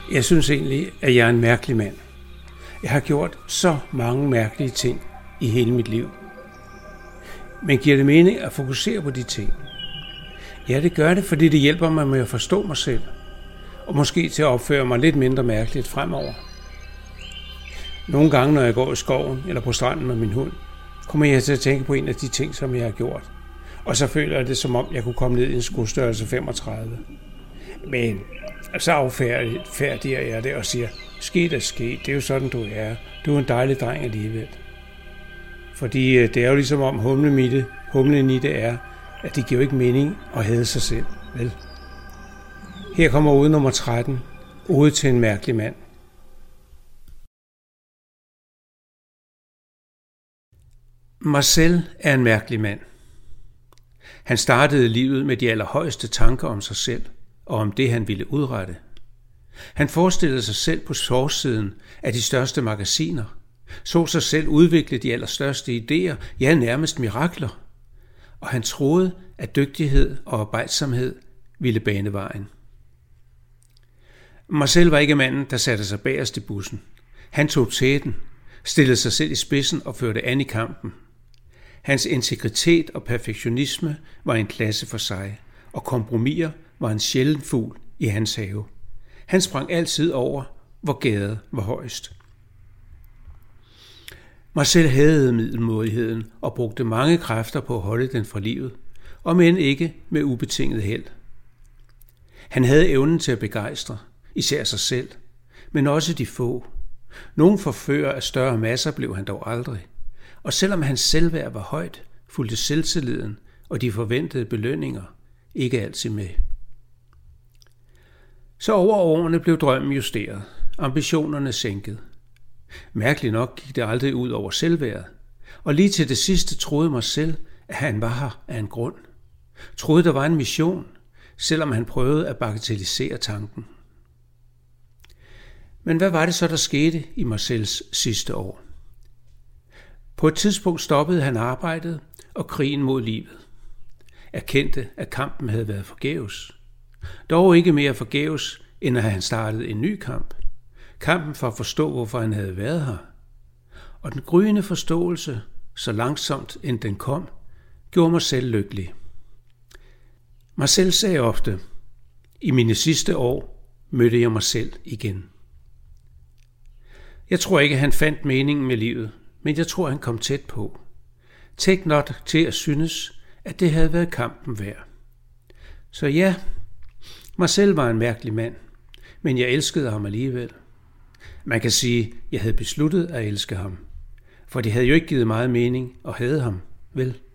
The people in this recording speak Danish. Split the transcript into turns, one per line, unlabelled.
Jeg synes egentlig, at jeg er en mærkelig mand. Jeg har gjort så mange mærkelige ting i hele mit liv. Men giver det mening at fokusere på de ting? Ja, det gør det, fordi det hjælper mig med at forstå mig selv, og måske til at opføre mig lidt mindre mærkeligt fremover. Nogle gange, når jeg går i skoven eller på stranden med min hund, kommer jeg til at tænke på en af de ting, som jeg har gjort. Og så føler jeg det, som om jeg kunne komme ned i en skostørrelse 35. Men så affærdiger jeg det og siger, sket er sket, det er jo sådan, du er. Du er en dejlig dreng alligevel. Fordi det er jo ligesom om humlen i det er, at det giver jo ikke mening at hade sig selv, vel? Her kommer ode nummer 13, ode til en mærkelig mand. Marcel er en mærkelig mand. Han startede livet med de allerhøjeste tanker om sig selv og om det, han ville udrette. Han forestillede sig selv på forsiden af de største magasiner, så sig selv udvikle de allerstørste idéer, ja nærmest mirakler, og han troede, at dygtighed og arbejdsomhed ville bane vejen. Marcel var ikke manden, der satte sig bagerst i bussen. Han tog tæten, stillede sig selv i spidsen og førte an i kampen. Hans integritet og perfektionisme var en klasse for sig, og kompromiser var en sjælden fugl i hans have. Han sprang altid over, hvor gærdet var højst. Marcel hadede middelmådigheden og brugte mange kræfter på at holde den fra livet, om end ikke med ubetinget held. Han havde evnen til at begejstre, især sig selv, men også de få. Nogen forfører af større masser blev han dog aldrig, og selvom hans selvværd var højt, fulgte selvtilliden og de forventede belønninger ikke altid med. Så over årene blev drømmen justeret, ambitionerne sænket. Mærkeligt nok gik det aldrig ud over selvværdet, og lige til det sidste troede Marcel, at han var her af en grund. Troede, der var en mission, selvom han prøvede at bagatellisere tanken. Men hvad var det så, der skete i Marcels sidste år? På et tidspunkt stoppede han arbejdet og krigen mod livet. Erkendte, at kampen havde været forgæves. Dog ikke mere forgæves, end at han startede en ny kamp. Kampen for at forstå, hvorfor han havde været her. Og den gryende forståelse, så langsomt end den kom, gjorde Marcel lykkelig. Marcel sagde ofte, i mine sidste år mødte jeg mig selv igen. Jeg tror ikke, han fandt meningen med livet, men jeg tror, han kom tæt på. Tæt nok til at synes, at det havde været kampen værd. Så ja, Marcel var en mærkelig mand, men jeg elskede ham alligevel. Man kan sige, at jeg havde besluttet at elske ham, for det havde jo ikke givet meget mening at hade ham, vel?